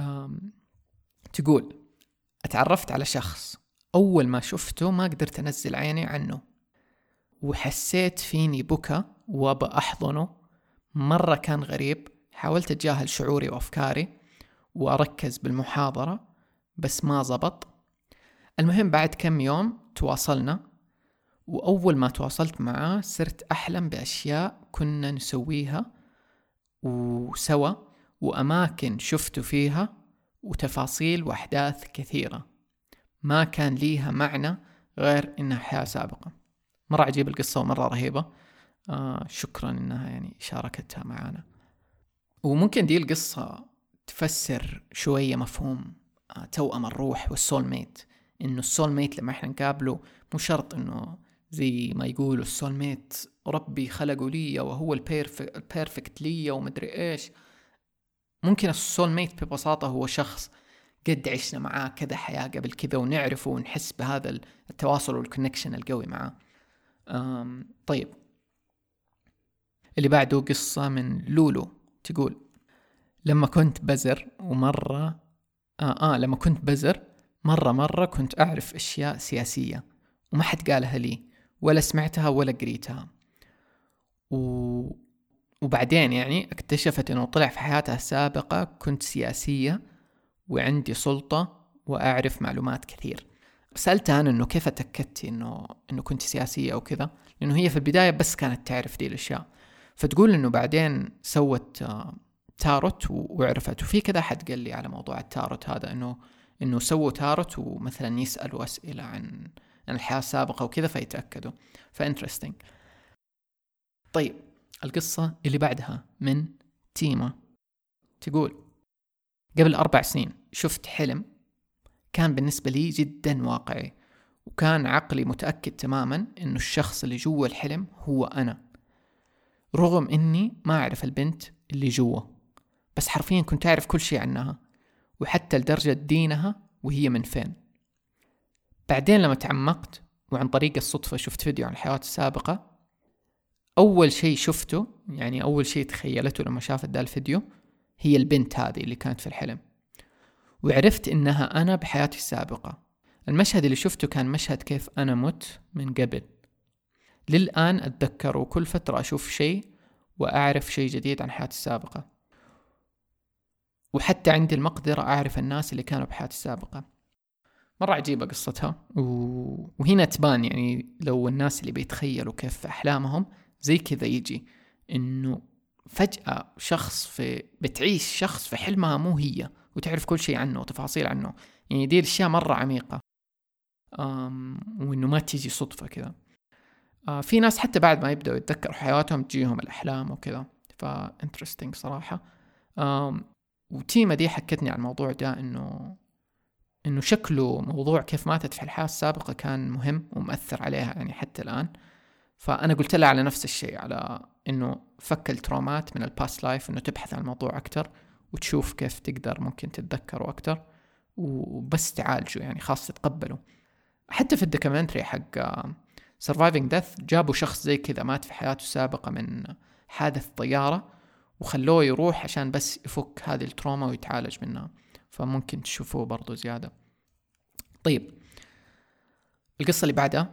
تقول اتعرفت على شخص، اول ما شفته ما قدرت انزل عيني عنه، وحسيت فيني بكى وبأحضنه. مرة كان غريب، حاولت أتجاهل شعوري وأفكاري وأركز بالمحاضرة بس ما زبط. المهم بعد كم يوم تواصلنا، وأول ما تواصلت معاه صرت أحلم بأشياء كنا نسويها وسوا، وأماكن شفته فيها، وتفاصيل وأحداث كثيرة ما كان ليها معنى غير إنها حياة سابقة. مرة عجيب القصة ومرة رهيبة. شكرا إنها يعني شاركتها معنا. وممكن دي القصة تفسر شوية مفهوم توأم الروح والسول ميت. إنه السول ميت لما إحنا نقابله مو شرط إنه زي ما يقولوا السول ميت ربي خلقه لي وهو البيرفكت لي ومدري إيش. ممكن السول ميت ببساطة هو شخص قد عشنا معاه كذا حياة قبل كذا، ونعرفه ونحس بهذا التواصل والكونكشن القوي معاه. طيب، اللي بعده قصة من لولو. تقول لما كنت بزر مرة كنت أعرف أشياء سياسية وما حد قالها لي ولا سمعتها ولا قريتها. وبعدين يعني اكتشفت أنه طلع في حياتها السابقة كنت سياسية وعندي سلطة وأعرف معلومات كثير. سألتها أنه كيف أتأكدتي أنه كنت سياسية أو كذا، لأنه هي في البداية بس كانت تعرف دي الأشياء. فتقول أنه بعدين سوت تاروت وعرفت. وفي كذا حد قال لي على موضوع التاروت هذا، أنه سووا تاروت ومثلا يسألوا أسئلة عن الحياة السابقة وكذا فيتأكدوا. فإنترستينج. طيب القصة اللي بعدها من تيما، تقول قبل 4 سنين شفت حلم كان بالنسبة لي جدا واقعي، وكان عقلي متأكد تماما انه الشخص اللي جوا الحلم هو انا، رغم اني ما اعرف البنت اللي جوا، بس حرفيا كنت اعرف كل شيء عنها، وحتى لدرجة دينها وهي من فين. بعدين لما تعمقت وعن طريق الصدفة شفت فيديو عن الحياة السابقة، أول شيء شفته، يعني أول شيء تخيلته لما شافت ده الفيديو، هي البنت هذه اللي كانت في الحلم، وعرفت إنها أنا بحياتي السابقة. المشهد اللي شفته كان مشهد كيف أنا مت من قبل، للآن أتذكر، وكل فترة أشوف شيء وأعرف شيء جديد عن حياتي السابقة، وحتى عندي المقدرة أعرف الناس اللي كانوا بحياتي السابقة. مرة عجيبة قصتها، وهنا تبان يعني لو الناس اللي بيتخيلوا كيف في أحلامهم زي كذا يجي إنه فجأة بتعيش شخص في حلمها مو هي، وتعرف كل شيء عنه وتفاصيل عنه، يعني دي الأشياء مرة عميقة، وإنه ما تيجي صدفة كذا. في ناس حتى بعد ما يبدأوا يتذكروا حياتهم تجيهم الأحلام وكذا، فانترستينج صراحة. وتيمة دي حكتني عن الموضوع ده، إنه شكله موضوع كيف ماتت في الحياة السابقة كان مهم ومؤثر عليها يعني حتى الآن. فأنا قلت لها على نفس الشيء، على إنه فك الترومات من الباست لايف، إنه تبحث عن الموضوع أكتر وتشوف كيف تقدر ممكن تتذكره أكتر وبس تعالجه، يعني خاص تتقبله. حتى في الدوكيومنتري حق Surviving Death جابوا شخص زي كذا مات في حياته السابقة من حادث طيارة، وخلوه يروح عشان بس يفك هذه التروما ويتعالج منها، فممكن تشوفوه برضو زيادة. طيب القصة اللي بعدها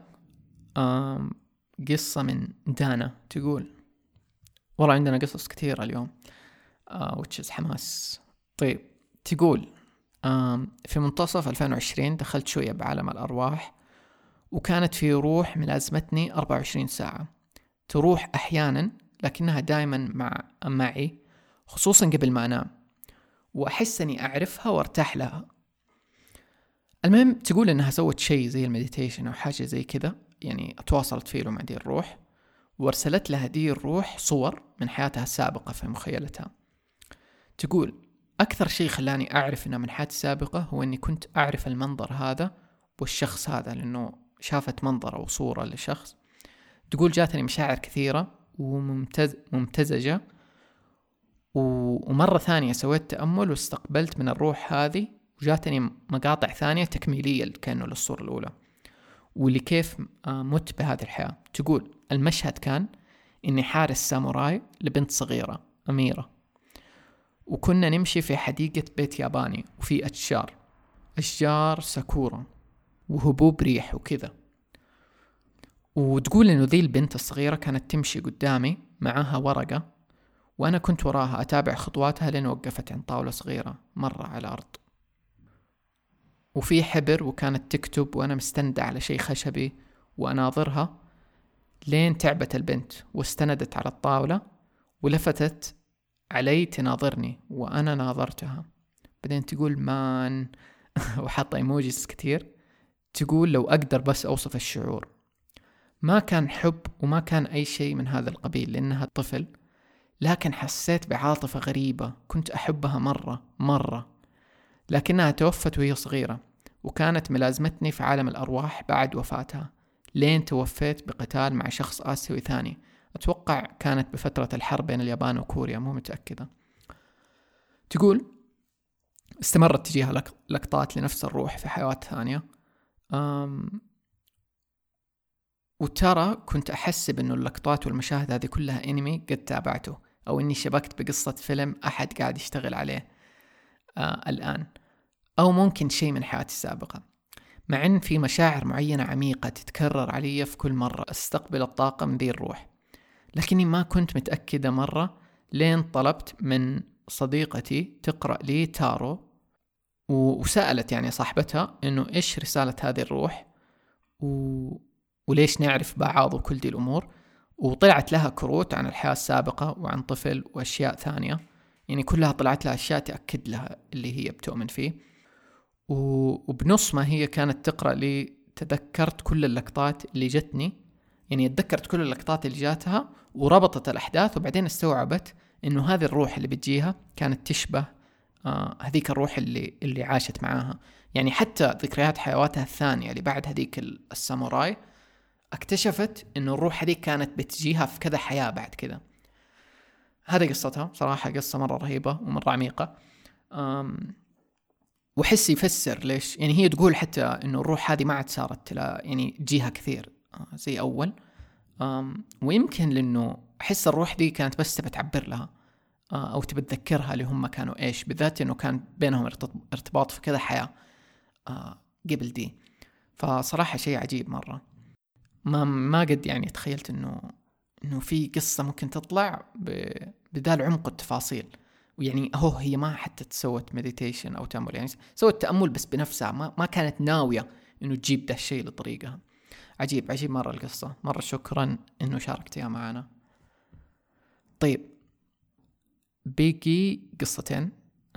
قصة من دانا، تقول والله عندنا قصص كثيرة اليوم، which is حماس. طيب تقول في منتصف 2020 دخلت شوية بعالم الأرواح، وكانت في روح ملازمتني 24 ساعة، تروح أحيانا لكنها دائما معي، خصوصا قبل ما أنام، وأحس أني أعرفها وارتاح لها. المهم تقول أنها سوت شيء زي المديتيشن أو حاجة زي كذا، يعني تواصلت فيه مع دي الروح، وارسلت لها دي الروح صور من حياتها السابقة في مخيلتها. تقول أكثر شيء خلاني أعرف أنها من حياتي السابقة هو أني كنت أعرف المنظر هذا والشخص هذا، لأنه شافت منظر أو صورة لشخص. تقول جاتني مشاعر كثيرة وممتزجة، ومرة ثانية سويت تأمل واستقبلت من الروح هذه، وجاتني مقاطع ثانية تكميلية كأنه للصورة الأولى، واللي كيف مت بهذه الحياة. تقول المشهد كان إني حارس ساموراي لبنت صغيرة أميرة، وكنا نمشي في حديقة بيت ياباني، وفي أشجار ساكورا وهبوب ريح وكذا. وتقول إنه ذي البنت الصغيرة كانت تمشي قدامي معها ورقة، وأنا كنت وراها أتابع خطواتها لين وقفت عند طاولة صغيرة مرة على الأرض، وفي حبر، وكانت تكتب وأنا مستندة على شيء خشبي وأناظرها لين تعبت البنت واستندت على الطاولة ولفتت علي تناظرني وأنا ناظرتها. بعدين تقول مان وحاطة ايموجيز كتير. تقول لو أقدر بس أوصف الشعور، ما كان حب وما كان أي شيء من هذا القبيل لأنها طفل، لكن حسيت بعاطفة غريبة، كنت أحبها مرة، لكنها توفت وهي صغيرة، وكانت ملازمتني في عالم الأرواح بعد وفاتها، لين توفيت بقتال مع شخص آسيوي ثاني، أتوقع كانت بفترة الحرب بين اليابان وكوريا، مو متأكدة. تقول استمرت تجيها لقطات لنفس الروح في حيوات ثانية، وترى كنت أحسب أنه اللقطات والمشاهد هذه كلها أنمي قد تابعته، أو أني شبكت بقصة فيلم أحد قاعد يشتغل عليه الآن، أو ممكن شيء من حياتي السابقة، مع أن في مشاعر معينة عميقة تتكرر علي في كل مرة أستقبل الطاقة من ذي الروح، لكني ما كنت متأكدة مرة، لين طلبت من صديقتي تقرأ لي تارو، وسألت يعني صاحبتها إنه إيش رسالة هذه الروح وليش نعرف بعض وكل دي الأمور، وطلعت لها كروت عن الحياة السابقة وعن طفل وأشياء ثانية، يعني كلها طلعت لها أشياء تأكد لها اللي هي بتؤمن فيه. وبنص ما هي كانت تقرأ لي تذكرت كل اللقطات اللي جتني يعني اتذكرت كل اللقطات اللي جاتها وربطت الأحداث، وبعدين استوعبت إنه هذه الروح اللي بتجيها كانت تشبه هذيك الروح اللي عاشت معاها. يعني حتى ذكريات حيواتها الثانية اللي بعد هذيك الساموراي اكتشفت إنه الروح هذيك كانت بتجيها في كذا حياة بعد كذا. هذه قصتها صراحة، قصة مرة رهيبة ومرة عميقة. وحس يفسر ليش، يعني هي تقول حتى إنه الروح هذه ما عاد صارت يعني تجيها كثير زي أول. ويمكن لأنه أحس الروح دي كانت بس تبى تعبر لها أو تبى تذكرها اللي هم كانوا إيش، بالذات إنه كان بينهم ارتباط في كذا حياة قبل دي. فصراحة شيء عجيب مرة. ما قد يعني تخيلت إنه في قصة ممكن تطلع بذا العمق التفاصيل. ويعني هي ما حتى تسوت مديتيشن أو تأمل، يعني سوت تأمل بس بنفسها، ما كانت ناوية إنه تجيب ده الشيء لطريقها. عجيب مرة القصة، مرة شكرا إنه شاركتها معنا. طيب بيجي قصتين.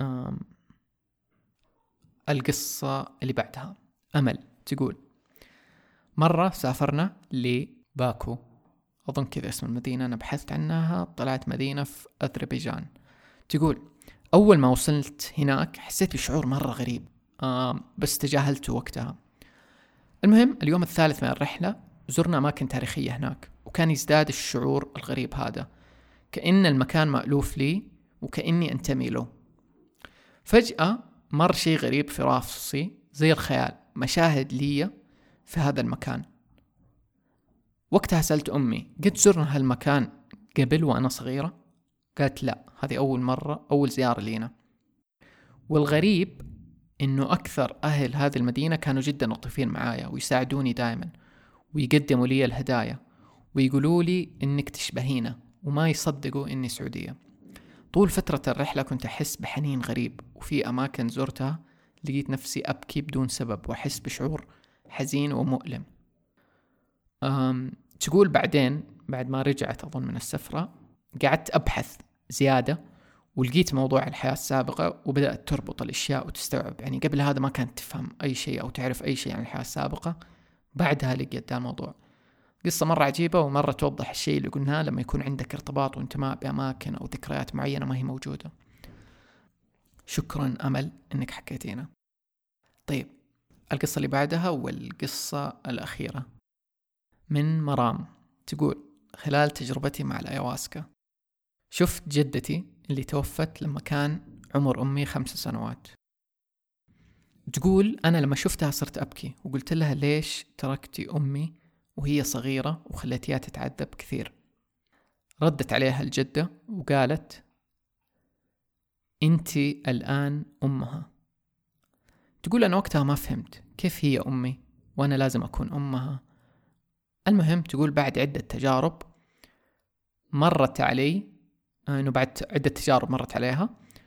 القصة اللي بعدها أمل تقول: مرة سافرنا لباكو، أظن كذا اسم المدينة، أنا بحثت عنها طلعت مدينة في أذربيجان. تقول: أول ما وصلت هناك حسيت بشعور مرة غريب بس تجاهلته وقتها. المهم اليوم الثالث من الرحلة زرنا أماكن تاريخية هناك، وكان يزداد الشعور الغريب هذا، كأن المكان مألوف لي وكأني أنتمي له. فجأة مر شيء غريب في راسي زي الخيال، مشاهد لي في هذا المكان. وقتها سألت أمي: قد زرنا هالمكان قبل وأنا صغيرة؟ قالت: لا، هذه أول مرة، أول زيارة لينا. والغريب إنه أكثر أهل هذه المدينة كانوا جدا لطيفين معايا ويساعدوني دائما ويقدموا لي الهدايا ويقولوا لي إنك تشبهينا وما يصدقوا إني سعودية. طول فترة الرحلة كنت أحس بحنين غريب، وفي أماكن زرتها لقيت نفسي أبكي بدون سبب وأحس بشعور حزين ومؤلم. تقول بعدين بعد ما رجعت أظن من السفرة قعدت أبحث زيادة ولقيت موضوع الحياة السابقة، وبدأت تربط الأشياء وتستوعب. يعني قبل هذا ما كانت تفهم أي شيء أو تعرف أي شيء عن الحياة السابقة، بعدها لقيت الموضوع. قصة مرة عجيبة ومرة توضح الشيء اللي قلناه، لما يكون عندك ارتباط وانتماء بأماكن أو ذكريات معينة ما هي موجودة. شكرا أمل إنك حكيتينا. طيب القصة اللي بعدها والقصة الأخيرة من مرام. تقول: خلال تجربتي مع الأيواسكا شفت جدتي اللي توفت لما كان عمر أمي 5 سنوات. تقول: أنا لما شفتها صرت أبكي وقلت لها: ليش تركتي أمي وهي صغيرة وخليتيها تتعذب كثير؟ ردت عليها الجدة وقالت: أنتي الآن أمها. تقول: أنا وقتها ما فهمت كيف هي أمي وأنا لازم أكون أمها. المهم تقول بعد عدة تجارب مرت علي، إنه بعد عدة تجارب مرت عليها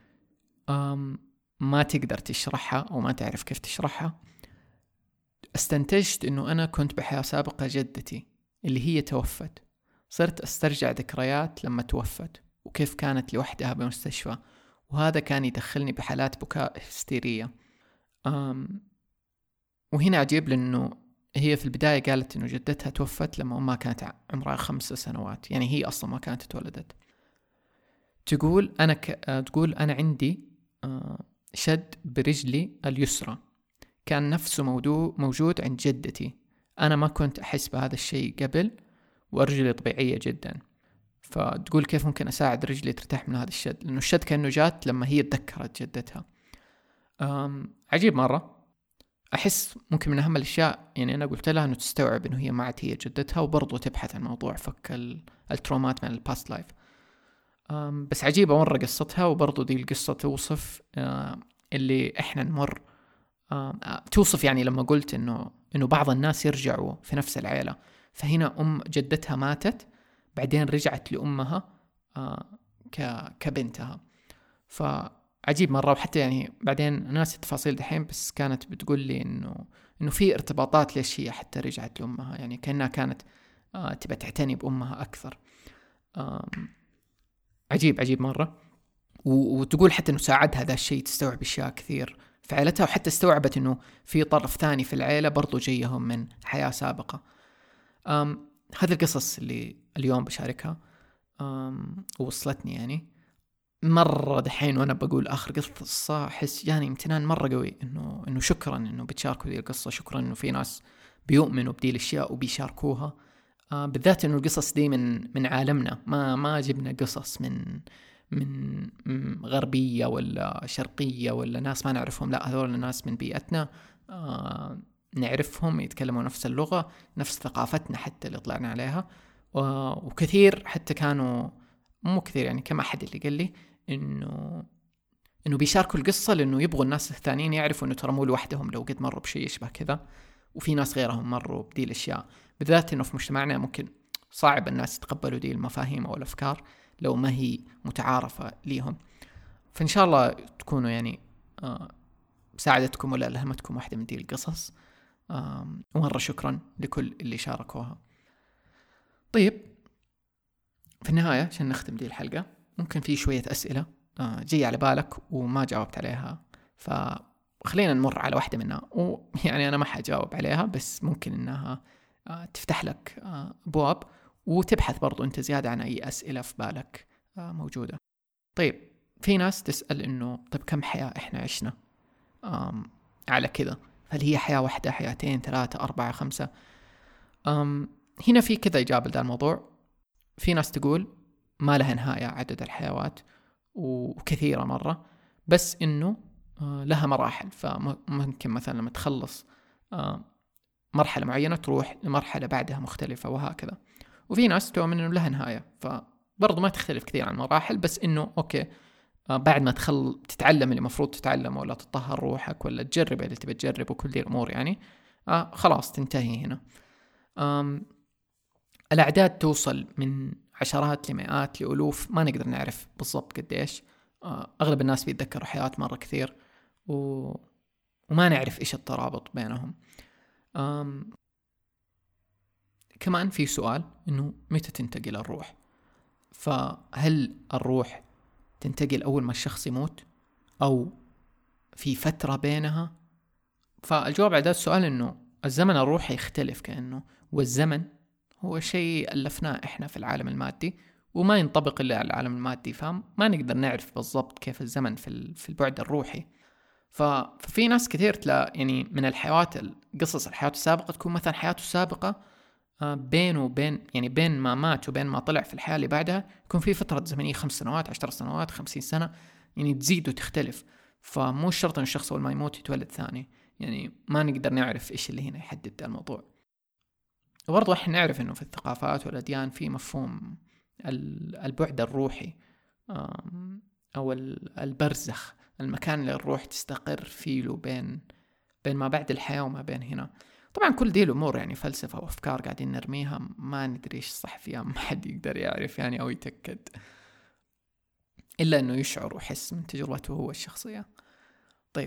ما تقدر تشرحها أو ما تعرف كيف تشرحها، استنتجت إنه أنا كنت بحياة سابقة جدتي اللي هي توفت. صرت أسترجع ذكريات لما توفت وكيف كانت لوحدها بمستشفى، وهذا كان يدخلني بحالات بكاء هستيرية. وهنا عجيب لأنه هي في البداية قالت إنه جدتها توفت لما أمها كانت عمرها 5 سنوات، يعني هي أصلا ما كانت اتولدت. تقول أنا عندي شد برجلي اليسرى كان نفسه موجود عند جدتي. أنا ما كنت أحس بهذا الشيء قبل وأرجلي طبيعية جدا. فتقول كيف ممكن أساعد رجلي ترتاح من هذا الشد، لأنه الشد كأنه جات لما هي تذكرت جدتها. عجيب مرة. أحس ممكن من أهم الأشياء، يعني أنا قلت لها أنه تستوعب أنه هي ما عاد هي جدتها، وبرضو تبحث عن موضوع فك الترومات من الباست لايف. بس عجيبة مرة قصتها، وبرضو دي القصة توصف اللي إحنا نمر، توصف يعني لما قلت إنه بعض الناس يرجعوا في نفس العائلة. فهنا جدتها ماتت بعدين رجعت لأمها كبنتها. فعجيب مرة. وحتى يعني بعدين ناس التفاصيل دحين، بس كانت بتقول لي إنه في ارتباطات ليش هي حتى رجعت لأمها، يعني كأنها كانت تبى تعتني بأمها أكثر. عجيب مرة. وتقول حتى إنه ساعدها هذا الشيء تستوعب أشياء كثير في عائلتها، وحتى استوعبت إنه في طرف ثاني في العائلة برضو جيهم من حياة سابقة. هذه القصص اللي اليوم بشاركها وصلتني يعني مرة دحين وأنا بقول آخر قصة أحس يعني امتنان مرة قوي إنه شكرا إنه بتشاركوا دي القصة، شكرا إنه في ناس بيؤمنوا بدي الأشياء وبيشاركوها. بالذات إنه القصص دي من عالمنا، ما جبنا قصص من غربية ولا شرقية ولا ناس ما نعرفهم، لا هذول الناس من بيئتنا، نعرفهم، يتكلموا نفس اللغة، نفس ثقافتنا حتى اللي طلعنا عليها. وكثير حتى كانوا، مو كثير يعني، كم أحد اللي قال لي إنه بيشاركوا القصة لأنه يبغوا الناس الثانيين يعرفوا إنه ترى مو لوحدهم لو قد مروا بشيء يشبه كذا، وفي ناس غيرهم مروا بدي الأشياء. بالذات إنه في مجتمعنا ممكن صعب الناس يتقبلوا دي المفاهيم أو الأفكار لو ما هي متعارفة ليهم. فإن شاء الله تكونوا يعني ساعدتكم ولا ألهمتكم واحدة من دي القصص. ومرة شكرا لكل اللي شاركوها. طيب في النهاية عشان نختم دي الحلقة، ممكن في شوية أسئلة جي على بالك وما جاوبت عليها، فخلينا نمر على واحدة منها. ويعني أنا ما حجاوب عليها، بس ممكن إنها تفتح لك أبواب وتبحث برضو أنت زيادة عن أي أسئلة في بالك موجودة. طيب في ناس تسأل إنه طيب كم حياة إحنا عشنا على كذا؟ هل هي حياة واحدة، حياتين، 3، 4، 5؟ هنا في كذا إجابة لهذا الموضوع. في ناس تقول ما لها نهاية عدد الحيوات وكثيرة مرة، بس إنه لها مراحل، فممكن مثلا لما تخلص مرحلة معينة تروح لمرحلة بعدها مختلفة وهكذا. وفي ناس تؤمن إنه لها نهاية، فبرضو ما تختلف كثير عن المراحل، بس إنه أوكي بعد ما تتعلم اللي مفروض تتعلم، ولا تطهر روحك، ولا تجرب اللي تبي تجرب، وكل دي الأمور يعني خلاص تنتهي هنا. الأعداد توصل من عشرات لمئات لألوف، ما نقدر نعرف بالضبط قديش. أغلب الناس بيتذكروا حياة مرة كثير وما نعرف إيش الترابط بينهم. كمان في سؤال إنه متى تنتقل الروح؟ فهل الروح تنتقل أول ما الشخص يموت، أو في فترة بينها؟ فالجواب على هذا السؤال إنه الزمن الروحي يختلف كأنه، والزمن هو شيء ألفناه إحنا في العالم المادي وما ينطبق إلا على العالم المادي، فما نقدر نعرف بالضبط كيف الزمن في البعد الروحي. ففي ناس كثير يعني من الحيوات، قصص الحياة السابقة تكون مثلا حياته السابقة بين ما مات وبين ما طلع في الحياة اللي بعدها يكون في فترة زمنية 5 سنوات، 10 سنوات، 50 سنة، يعني تزيد وتختلف. فمو شرط أن الشخص أول ما يموت يتولد ثاني، يعني ما نقدر نعرف إيش اللي هنا يحدد الموضوع. وبرضو احنا نعرف انه في الثقافات والأديان في مفهوم البعد الروحي او البرزخ، المكان اللي الروح تستقر فيه له بين ما بعد الحياة وما بين هنا. طبعا كل دي الأمور يعني فلسفة وأفكار قاعدين نرميها، ما ندري إيش صح فيها، ما حد يقدر يعرف يعني أو يتأكد، إلا أنه يشعر ويحس من تجربته هو الشخصية. طيب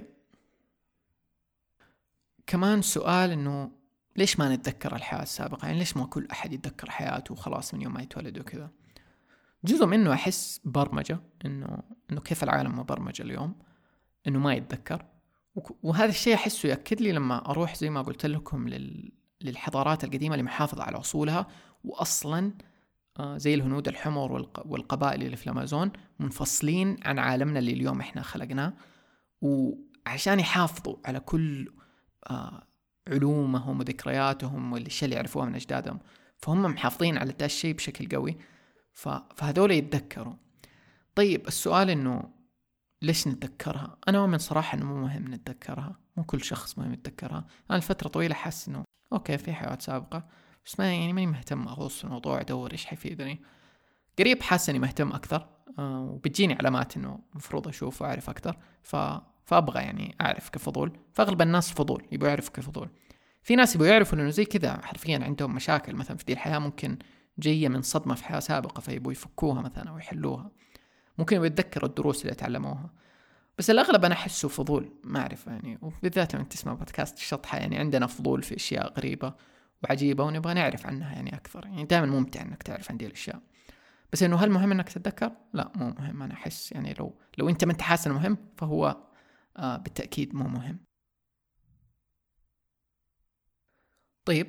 كمان سؤال إنه ليش ما نتذكر الحياة السابقة؟ يعني ليش ما كل أحد يتذكر حياته وخلاص من يوم ما يتولد وكذا؟ جزء منه أحس برمجة، إنه كيف العالم مبرمج اليوم إنه ما يتذكر. وهذا الشيء أحسه يأكد لي لما أروح زي ما قلت لكم للحضارات القديمة اللي محافظة على أصولها، وأصلا زي الهنود الحمر والقبائل اللي في الأمازون منفصلين عن عالمنا اللي اليوم إحنا خلقناه، وعشان يحافظوا على كل علومهم وذكرياتهم والشيء اللي يعرفوها من أجدادهم، فهم محافظين على هذا الشيء بشكل قوي. فهذول يتذكروا. طيب السؤال إنه ليش نتذكرها؟ أنا أؤمن صراحة إنه مو مهم نتذكرها، مو كل شخص مهم يتذكرها. أنا لفترة طويلة حاسس إنه أوكي في حياة سابقة، بس ماني مهتم أغوص في الموضوع أدور إيش حيفيدني. قريب حاسس إني مهتم أكثر، وبتجيني علامات إنه مفروض أشوف وأعرف أكثر، فأبغى يعني أعرف كفضول. فأغلب الناس فضول، يبغوا يعرفوا كفضول. في ناس يبغوا يعرفوا إنه زي كذا حرفيا عندهم مشاكل مثلا في دي الحياة، ممكن جاية من صدمة في حياة سابقة، فيبغوا يفكوها مثلا أو يحلوها. ممكن يتذكروا الدروس اللي تعلموها. بس الأغلب أنا أحسه فضول، ما أعرف يعني. وبالذات لما تسمع بودكاست الشطحة، يعني عندنا فضول في أشياء غريبة وعجيبة ونبغى نعرف عنها يعني أكثر. يعني دائما ممتع أنك تعرف عن دي الأشياء. بس إنه هل مهم أنك تتذكر؟ لا مو مهم. أنا أحس يعني لو أنت ما أنت حاسس إنه مهم، فهو بالتأكيد مو مهم. طيب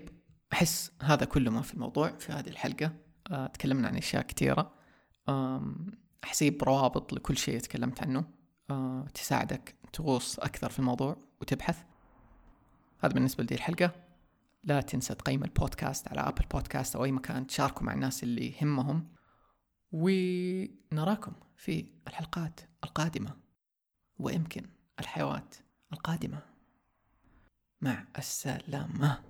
أحس هذا كله ما في الموضوع في هذه الحلقة. تكلمنا عن أشياء كثيرة، أحسيب روابط لكل شيء تكلمت عنه تساعدك تغوص أكثر في الموضوع وتبحث. هذا بالنسبة لدي الحلقة. لا تنسى تقيم البودكاست على أبل بودكاست أو أي مكان، تشاركوا مع الناس اللي يهمهم، ونراكم في الحلقات القادمة ويمكن الحلقات القادمة. مع السلامة.